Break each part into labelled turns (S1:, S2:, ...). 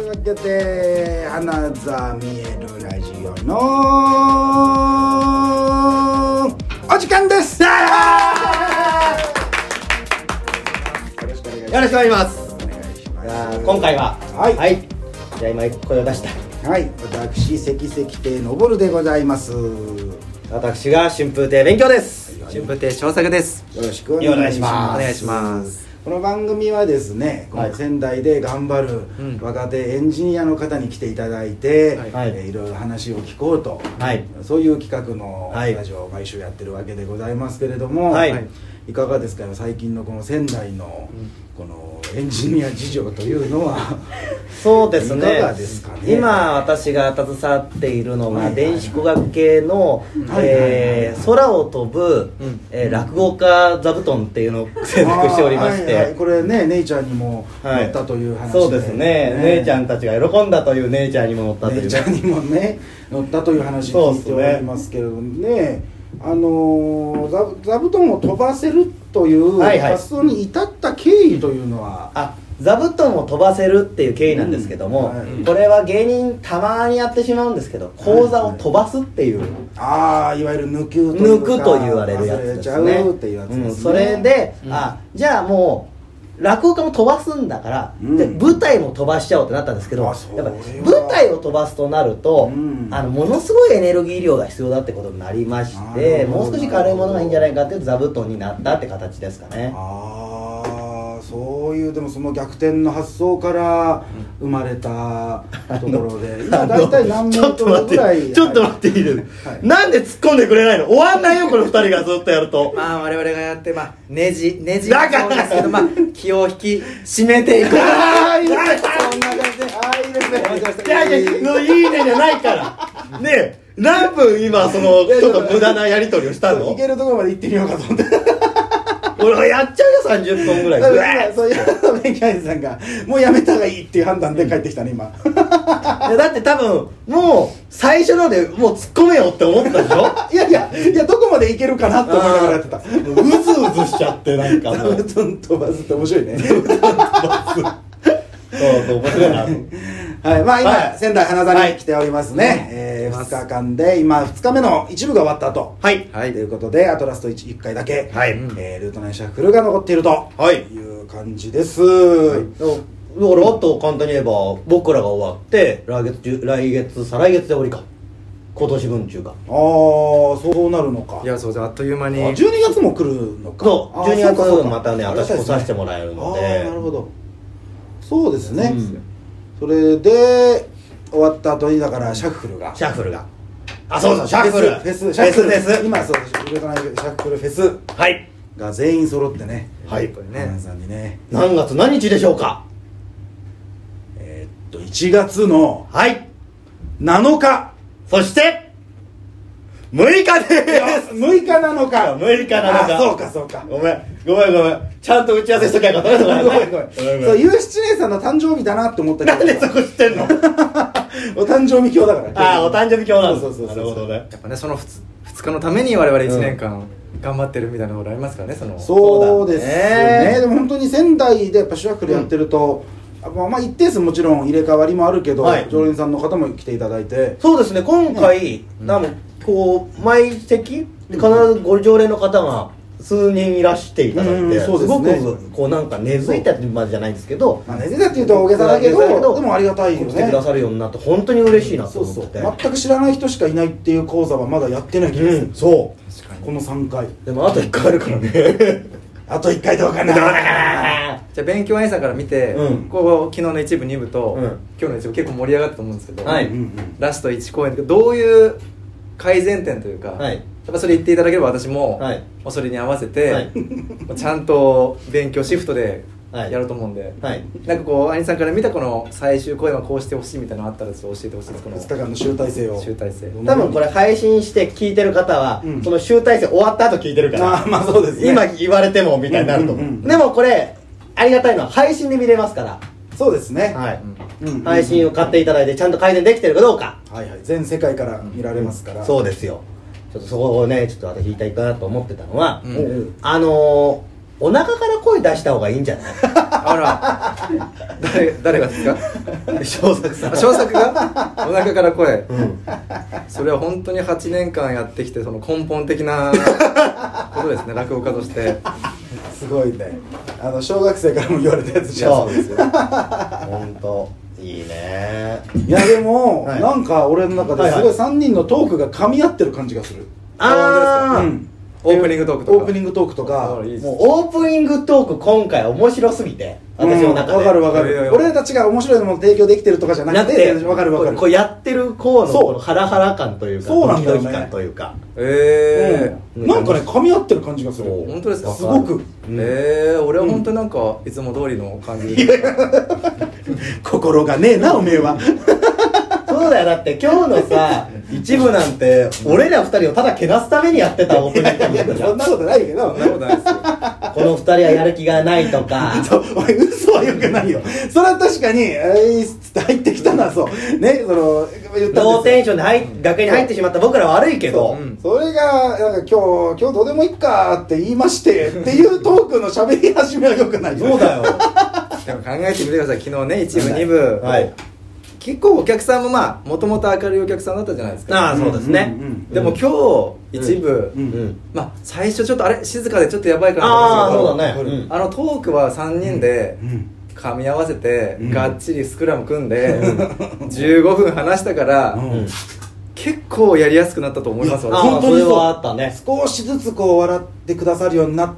S1: いうわけで花座見えるラジオのお時間です。
S2: よろしくお願いします。今回ははい、じゃあ今声を出した。
S1: はい、私関関亭のぼるでございます。
S2: 私が春風亭勉強です。
S3: 春風亭長作です。
S1: よろしくお願いします。
S3: お願いします。
S1: この番組はですね、この仙台で頑張る若手エンジニアの方に来ていただいて、いろいろ話を聞こうと、そういう企画のラジオを毎週やってるわけでございますけれども、いかがですか、最近のこの仙台のこのエンジニア事情というのは
S2: そうですね、
S1: いかがですかね。
S2: 今私が携わっているのが電子工学系の空を飛ぶ落語家座布団っていうのを制作しておりまして、
S1: これね、姉ちゃんにも乗ったという話で、
S2: そうですね、姉ちゃんたちが喜んだという、姉ちゃんにも乗ったという、
S1: 姉ちゃんにもね乗ったという話を聞いておりますけれどもね、座布団を飛ばせるという発想に至った経緯というのは、
S2: 座布団を飛ばせるっていう経緯なんですけども、これは芸人たまにやってしまうんですけど、講座を飛ばすっていう、
S1: いわゆる抜
S2: くと言われるやつですね。それで、じゃあもう落語家も飛ばすんだから、で舞台も飛ばしちゃおうってなったんですけど、やっぱ舞台を飛ばすとなると、ものすごいエネルギー量が必要だってことになりまして、もう少し軽いものがいいんじゃないかっていう座布団になったって形ですかね。
S1: そういう、でもその逆転の発想から生まれたところで、今大体何メートルぐらい
S2: ちょっと待っていいです、なんで突っ込んでくれないの。終わんないよこれ2人がずっとやると。
S3: 我々がやってネジだからそうですけど、気を引き締めていく。
S1: いいですね、そんな感じで、いいですね。
S2: いいねじゃないからねえ、何分今そのちょっと無駄なやり取りをしたの。
S1: いけるところまで行ってみようかと思って
S2: 俺はやっちゃうよ、30分ぐらい。
S1: そういう勉強員さんがもうやめた方がいいっていう判断で帰ってきたね今。
S2: だって多分もう最初のでもう突っ込めよって思ったでしょ。
S1: いやどこまでいけるかなって思いながらやってた。
S2: うずうずしちゃってなんかもう。
S1: 座布団飛ばすって面白いね。
S2: そう面白いな。
S1: 今仙台花座に来ておりますね。2日間で今2日目の一部が終わった後ということで、あとラスト 1回だけルート9シャッフルが残っているという感じです。
S2: だからあと簡単に言えば僕らが終わって来月再来月で終わりか、今年分中が。
S1: そうなるのか。
S3: いや、そうじゃあっという間に
S1: 12月も来るのか。
S2: そう、12月またね、私来させてもらえるので。
S1: なるほど、そうですね。それで終わった後にだからシャッフルが
S2: そうそう、シャッフル
S1: フェス今そうシャッフルフェスが全員揃ってね、これねさんにね、
S2: 何月何日でしょうか。
S1: 1月の7日、
S2: そして6日です
S1: 6日なのか。そうか。
S2: ごめんちゃんと打ち合わせしときゃよかったね。
S1: ごめんそう、ゆうしちねさんの誕生日だなって思ったけど、
S2: なんでそこ知ってんの。
S1: お誕生日今日だから。
S2: お誕生日今日なんです。
S1: そう
S2: なるほどね。
S3: やっぱね、その2日のために我々1年間頑張ってるみたいなところありますからね。
S1: そうですね。でも本当に仙台でやっぱシュワッフルやってると、一定数もちろん入れ替わりもあるけど、常連さんの方も来ていただいて、
S2: そうですね、今回こう毎席必ずご常連の方が数人いらしていただいて、すごくこうなんか根付いたまでじゃないんですけど、
S1: 根付いたっていうと大げさだけど、でもありがたいよね。
S2: 来てくださるようになって本当に嬉しいなと思って。
S1: 全く知らない人しかいないっていう講座はまだやってない気がする。そうこの3回
S2: でもあと1回あるからね。
S1: あと1回どうかな。
S3: じゃあ勉強愛さんから見て、こう昨日の一部2部と、今日の一部結構盛り上がったと思うんですけど、ラスト1公演でどういう改善点というか、やっぱそれ言っていただければ私も、それに合わせて、ちゃんと勉強シフトでやると思うんで、なんかこう兄さんから見たこの最終公演はこうしてほしいみたいなのあったら教えてほしいです。この
S1: 2日間の集大成を。
S2: 多分これ配信して聞いてる方は、その集大成終わった後聞いてるから、
S1: そうですね、
S2: 今言われてもみたいになると思う。でもこれありがたいのは配信で見れますから。
S1: そうですね、
S2: 配信を買っていただいてちゃんと改善できてるかどうか、
S1: 全世界から見られますから。
S2: そうですよ。ちょっとそこをね、ちょっと私言いたいかなと思ってたのは、 お腹から声出した方がいいんじゃない？
S3: あら誰がですか？
S2: 翔作さん。
S3: 翔作がお腹から声、それは本当に8年間やってきてその根本的なことですね、落語家として
S1: すごいね、小学生からも言われたやつじゃん。
S2: そうですよ本当いいね。
S1: いやでも、はい、なんか俺の中ですごい3人のトークが噛み合ってる感じがする。
S3: ああ、オープニングトークとか
S1: もうオープニングト
S2: ーク今回面白すぎて、私の中で
S1: わかる俺たちが面白いもの提供できてるとかじゃなくて、わかる
S2: こうやってるこのハラハラ感というか、
S1: そうなんだよね、
S2: ドキドキ感というか、
S1: なんかね噛み合ってる感じがする。
S3: 本当ですか？
S1: すごく。
S3: 俺は本当になんかいつも通りの感じで
S1: 心がねえなおめえは。
S2: そうだよ、だって今日のさ一部なんて俺ら二人をただけなすためにやってたオープニング
S1: いやそんなことないけど、
S3: そんなことないですよ。
S2: この二人はやる気がないとか
S1: お前嘘はよくないよ。それは確かに入ってきたのはそうね、その
S2: 言ったローテンションで楽屋に入ってしまった僕らは悪いけど、
S1: それがなんか今日どうでもいいかって言いましてっていうトークの喋り始めはよくない。
S2: そうだよ。
S3: でも考えてみてください、昨日ね一部二部、結構お客さんももともと明るいお客さんだったじゃないですか。
S2: ああそうですね。
S3: でも今日一部、最初ちょっとあれ静かでちょっとやばいかなと思うんですけど、トークは3人で噛み合わせてがっちりスクラム組んで15分話したから結構やりやすくなったと思います。
S2: 本当にそうあったね。
S1: 少しずつこう笑ってくださるようになって、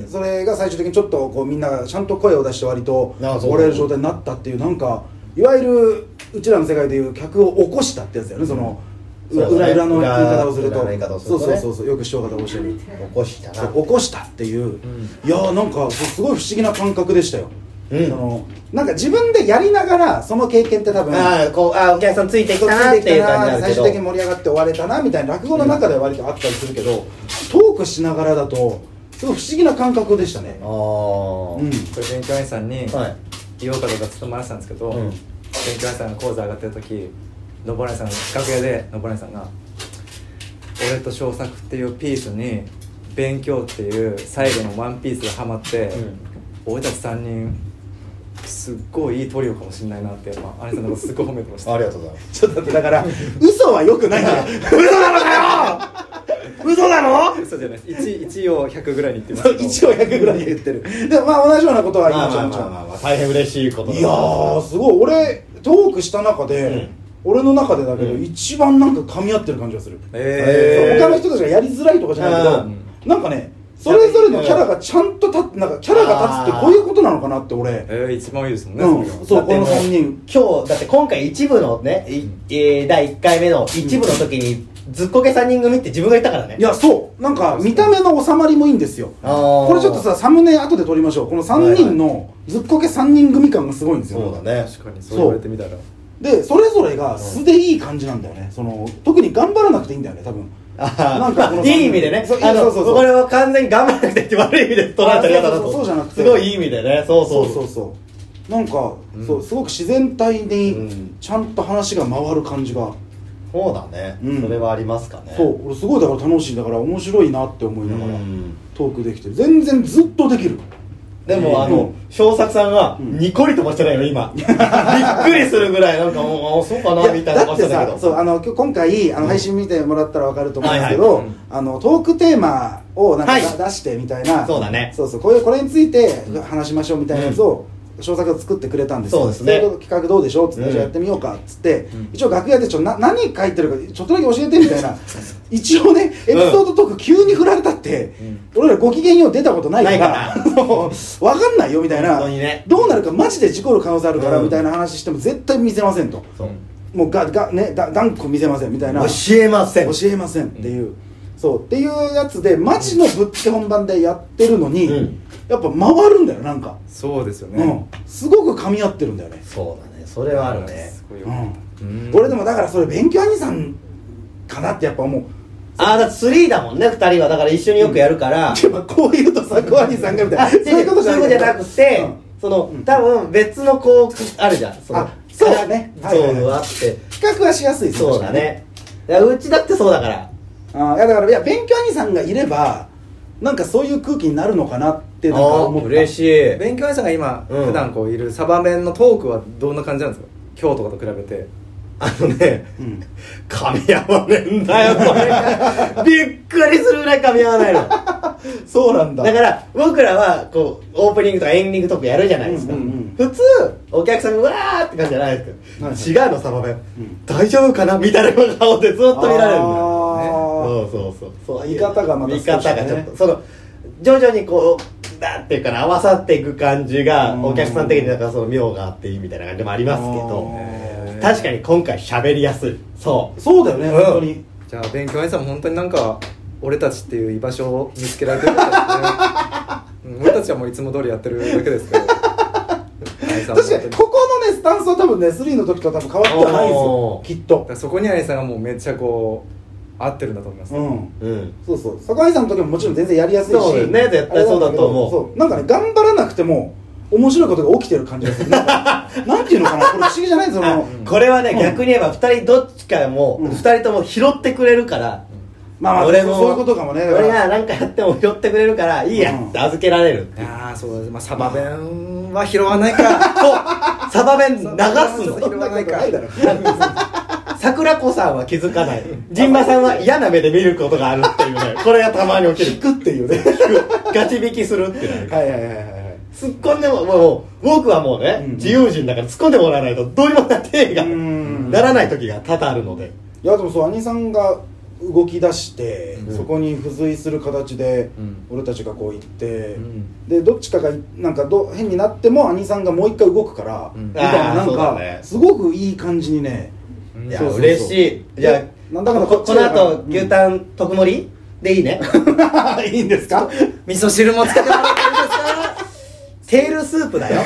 S1: それが最終的にちょっとこうみんながちゃんと声を出して割と笑える状態になったっていう、なんかいわゆるうちらの世界でいう客を起こしたってやつだよね。その裏の言い方をすると、そうよく師匠方がおっしゃる、起こしたっていう、いやなんかすごい不思議な感覚でしたよ。なんか自分でやりながらその経験って多分
S2: お客さんついてきたなっていう感じなんだけど、
S1: 最終的に盛り上がって終われたなみたいな落語の中では割とあったりするけど、トークしながらだとすごい不思議な感覚でしたね。
S3: これ勉強員さんに言おうかどうか務まらせたんですけど、勉強員さんが講座上がってる時、のぼらいさん楽屋でのぼらいさんが俺と小作っていうピースに勉強っていう最後のワンピースがハマって、俺たち3人すっごいいいトリオかもしれないなってアニさんのことすっごい褒めてました。
S2: ありがとうございます。
S1: ちょっと待って、だから嘘はよくないんだよ。嘘なのかよ。嘘なの？
S3: 嘘じゃないです。1を100ぐらいに言ってますけど。
S1: 1を100ぐらいに言ってる。でも同じようなことは言いましょう。
S2: 大変嬉しいことだ。
S1: いやーすごい、俺トークした中で、俺の中でだけど一番なんか噛み合ってる感じがする。他の人たちがやりづらいとかじゃないけど、なんかねそれぞれのキャラがちゃんと立って、なんかキャラが立つってこういうことなのかなって俺。
S3: 一番いいですもんね。
S1: そう、この3人。
S2: 今日だって今回一部のね、第1回目の一部の時にずっこけ3人組って自分が言ったからね。
S1: いやそうなんか見た目の収まりもいいんですよ。これちょっとさサムネ後で撮りましょう。この3人のずっこけ3人組感がすごいんですよ。
S2: そうだね。
S3: 確かにそう言われてみたら。
S1: でそれぞれが素でいい感じなんだよね。その特に頑張らなくていいんだよね多分。
S2: なんかいい意味でね。これは完全に頑張らなくてって悪い意味で捉えたり方だと。
S1: そうじゃなくて
S2: すごいいい意味でね。
S1: そうなんかすごく自然体にちゃんと話が回る感じが。
S2: そうだね。それはありますかね。
S1: そう俺すごいだから楽しい、だから面白いなって思いながらトークできてる。全然ずっとできる。
S2: でも翔作さんがニコリともしてないよ今。びっくりするぐらいなんかもうそうかなみたいな顔してたけど。
S1: そう今回配信見てもらったら分かると思うんですけど、トークテーマをなんか出してみたいな。
S2: そうだね。
S1: そうこれについて話しましょうみたいなやつを翔作が作ってくれたんですよ。
S2: そうですね。
S1: 企画どうでしょうっつって、じゃあやってみようかっつって、一応楽屋で何書いてるかちょっとだけ教えてみたいな。一応ねエピソードトーク急に振られたって、俺らご機嫌よう出たことないから分かんないよみたいな。どうなるかマジで事故る可能性あるからみたいな話しても絶対見せませんと。もう断固見せませんみたいな。
S2: 教えません
S1: っていう。そうっていうやつでマジのぶっつけ本番でやってるのに、やっぱ回るんだよなんか。
S3: そうですよね。
S1: すごく噛み合ってるんだよね。
S2: そうだね。それはあるね。
S1: 俺でもだからそれ勉強兄さんかなってやっぱ思う。
S2: だって3だもんね2人は。だから一緒によくやるから。
S1: こういうとさ小兄さんがみたいな。
S2: そういうことじゃなくて、その多分別のこうあるじゃん。
S1: そうね。
S2: そうあって
S1: 比較はしやすい。
S2: そうだね。うちだってそうだから。
S1: だから勉強兄さんがいればなんかそういう空気になるのかなってなんか思った。
S2: 嬉しい。
S3: 勉強愛さんが今、普段こういるサバ弁のトークはどんな感じなんですか？今日とかと比べて。
S2: 噛み合わねえんだよこれがびっくりするぐらい噛み合わないの
S1: そうなんだ。
S2: だから僕らはこうオープニングとかエンディングトークやるじゃないですか、普通お客さんがわーって感じじゃないですか、違うのサバ弁、大丈夫かなみたいな顔でずっと見られるんだよ、そう
S1: 見方がまた
S2: 見方がちょっとその徐々にこうだっていうかな合わさっていく感じがお客さん的にだからその妙があっていいみたいな感じもありますけど、確かに今回喋りやすい。
S1: そうだよね、本当に。
S3: じゃあ勉強愛さんも本当になんか俺たちっていう居場所を見つけられてるみたいですね俺たちはもういつも通りやってるだけですけど確
S1: かにここのねスタンスは多分ね3の時と多分変わってはないんですよ、きっと。
S3: そこに愛さんがもうめっちゃこう合ってるんだと思います。
S1: そうそう坂井さんの時ももちろん全然やりやすいし、
S2: そうね、絶対そうだと思う。
S1: そうなんかね頑張らなくても面白いことが起きてる感じがする。なんていうのかな、これ不思議じゃない？その
S2: これはね、逆に言えば2人どっちかも2人とも拾ってくれるから、
S1: 俺もそういうことかもね。
S2: 俺が何かやっても拾ってくれるからいいやって預けられる。
S3: ああそうです。サバ弁は拾わないから
S2: そうサバ弁流すの
S3: 拾わないか
S2: 桜子さんは気づかない、陣馬さんは嫌な目で見ることがあるっていうね、これがたまに起きる。
S1: 引くっていうね
S2: ガチ引きするってなる。
S1: はい
S2: 突っ込んでも僕はもうね、自由人だから突っ込んでもらわないとどうにもな手がならない時が多々あるので。
S1: いやでもそう兄さんが動き出して、そこに付随する形で俺たちがこう行って、でどっちかがなんか変になっても兄さんがもう一回動くから、みたいな、なんかすごくいい感じにね。
S2: いや嬉しい。じゃあなんだかこの後牛タン特盛りでいいね
S1: いいんですか？
S3: 味噌汁もつけてもらっていいですか？
S2: テールスープだよ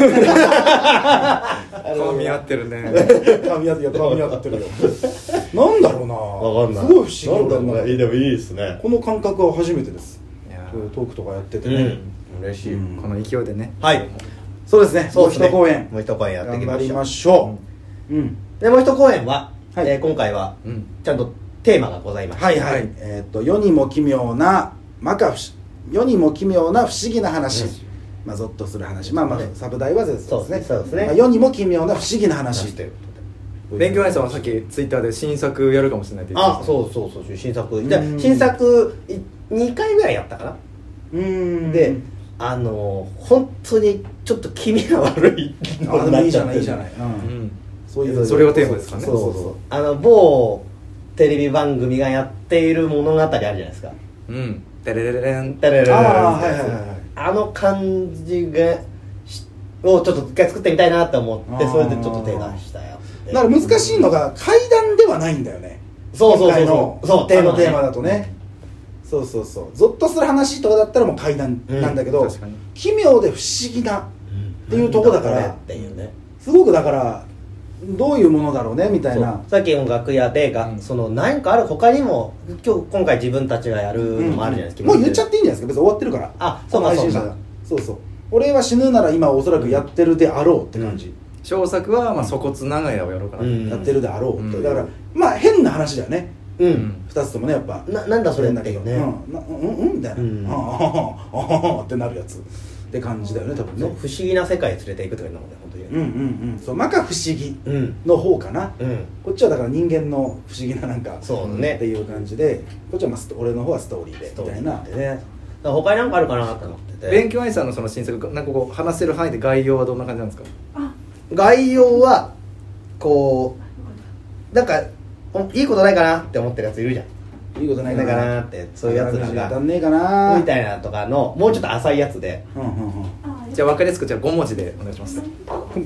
S3: 噛み合ってるね。
S1: 噛み合ってるよなんだろうな、
S2: わかんない、
S1: すごい不思議
S2: なんだろうね。でもいいですね、
S1: この感覚は初めてです。トークとかやっててね、
S2: 嬉しい、
S3: この勢いでね。
S1: はい、そうですね。もう一公演
S2: もう一公演やっていき
S1: 頑張りましょう。
S2: でもう一公演は今回はちゃんとテーマがございます。
S1: はいはい、世にも奇妙な世にも奇妙な不思議な話、ゾッとする話、サブ題はそうですね、世にも奇妙な不思議な話ということ
S3: で。勉強愛さんはさっきツイッターで新作やるかもしれないって言ってました。
S2: そう新作、じゃあ新作2回ぐらいやったかな。で本当にちょっと気味が悪いのになっちゃって。
S1: いいじゃない、
S3: それがテーマですかね。
S2: そう某テレビ番組がやっている物語あるじゃないですか。
S3: テレレレン
S2: テレレレン、あの感じをちょっと一回作ってみたいなと思って、それでちょっと手出したよ。
S1: だから難しいのが怪談ではないんだよね。
S2: そう
S1: テーマだとね。そうゾッとする話とかだったらもう怪談なんだけど、奇妙で不思議なっていうとこだからすごくだからどういうものだろうねみたいな。
S2: さっきの楽屋でその何かある他にも今回自分たちがやるのもあるじゃないですか。
S1: もう言っちゃっていいんじゃないですか、別に終わってるから。そう俺は死ぬなら今おそらくやってるであろうって感じ。
S3: 小作は粗骨長屋をやろうかな、
S1: やってるであろうって。だから変な話だよね、2つともね。やっぱ
S2: なんだそれっていうね、
S1: みたいなってなるやつって感じだよね多分ね。
S2: 不思議な世界へ連れていくとかいうのもね、本当に
S1: そう摩訶不思議の方かな。こっちはだから人間の不思議ななんかっていう感じで、こっちは俺の方はストーリーでみたいな。
S2: 他に何かあるかなと思ってて。
S3: 勉強愛さんのその新作なんかこう話せる範囲で概要はどんな感じなんですか？
S2: 概要はこうなんかいいことないかなって思ってるやついるじゃん。
S1: いいことないか
S2: なって、そういうやつらが
S1: ねえかな
S2: みたいなとかのもうちょっと浅いやつで、
S3: じゃあ分かりやすくじゃあ5文字でお願いします。
S2: む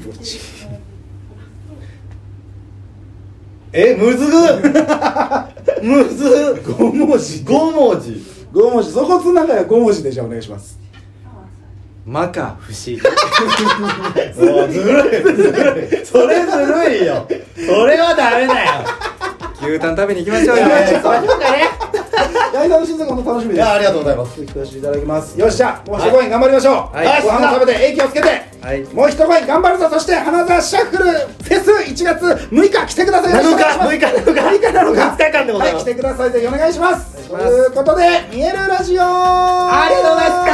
S2: ず
S1: 5文字そこつながりは5文字でじゃあお願いします。
S3: 摩訶不思議。
S2: ずるいそれずるいよ。それはダメだよ。
S3: 牛タン食べに行きましょうよ。
S1: 八重さんの新作も楽しみです。
S2: ありがとうございます。
S1: 聞かせていただきます。よっしゃ、もう一公演頑張りましょう。ご飯を食べて息をつけて、もう一公演頑張るぞ。そして花座シャッフルフェス1月6日来てください。
S2: 6日なのか
S1: 2日間でございます。来てください。ぜひお願いします。
S3: します。
S1: ということで見えるラジオ、
S2: ありがとうございます。